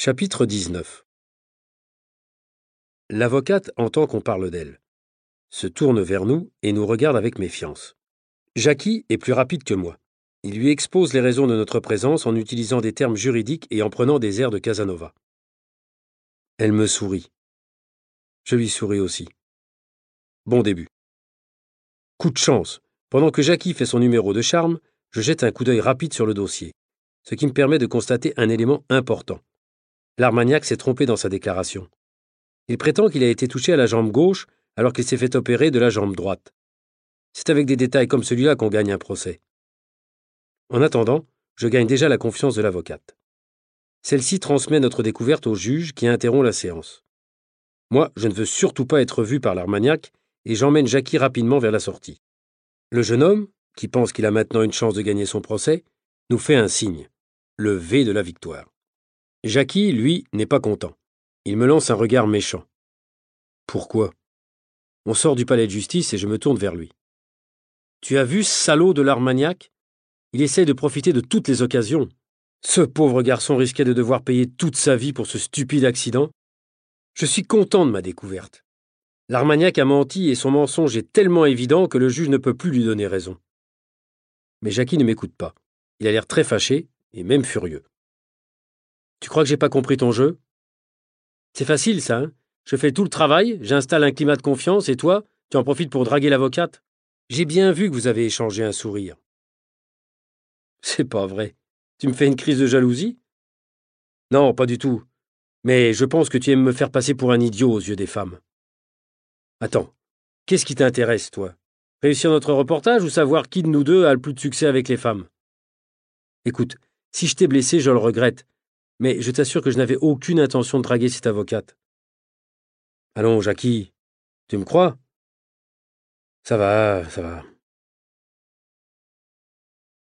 Chapitre 19. L'avocate entend qu'on parle d'elle, se tourne vers nous et nous regarde avec méfiance. Jackie est plus rapide que moi. Il lui expose les raisons de notre présence en utilisant des termes juridiques et en prenant des airs de Casanova. Elle me sourit. Je lui souris aussi. Bon début. Coup de chance. Pendant que Jackie fait son numéro de charme, je jette un coup d'œil rapide sur le dossier, ce qui me permet de constater un élément important. L'Armagnac s'est trompé dans sa déclaration. Il prétend qu'il a été touché à la jambe gauche alors qu'il s'est fait opérer de la jambe droite. C'est avec des détails comme celui-là qu'on gagne un procès. En attendant, je gagne déjà la confiance de l'avocate. Celle-ci transmet notre découverte au juge qui interrompt la séance. Moi, je ne veux surtout pas être vu par l'Armagnac et j'emmène Jackie rapidement vers la sortie. Le jeune homme, qui pense qu'il a maintenant une chance de gagner son procès, nous fait un signe, le V de la victoire. Jackie, lui, n'est pas content. Il me lance un regard méchant. Pourquoi ? On sort du palais de justice et je me tourne vers lui. Tu as vu ce salaud de l'Armagnac ? Il essaie de profiter de toutes les occasions. Ce pauvre garçon risquait de devoir payer toute sa vie pour ce stupide accident. Je suis content de ma découverte. L'Armagnac a menti et son mensonge est tellement évident que le juge ne peut plus lui donner raison. Mais Jackie ne m'écoute pas. Il a l'air très fâché et même furieux. Tu crois que j'ai pas compris ton jeu ? C'est facile, ça, hein ? Je fais tout le travail, j'installe un climat de confiance et toi, tu en profites pour draguer l'avocate ? J'ai bien vu que vous avez échangé un sourire. C'est pas vrai. Tu me fais une crise de jalousie ? Non, pas du tout. Mais je pense que tu aimes me faire passer pour un idiot aux yeux des femmes. Attends, qu'est-ce qui t'intéresse, toi ? Réussir notre reportage ou savoir qui de nous deux a le plus de succès avec les femmes ? Écoute, si je t'ai blessé, je le regrette. Mais je t'assure que je n'avais aucune intention de draguer cette avocate. Allons, Jackie, tu me crois ? Ça va, ça va.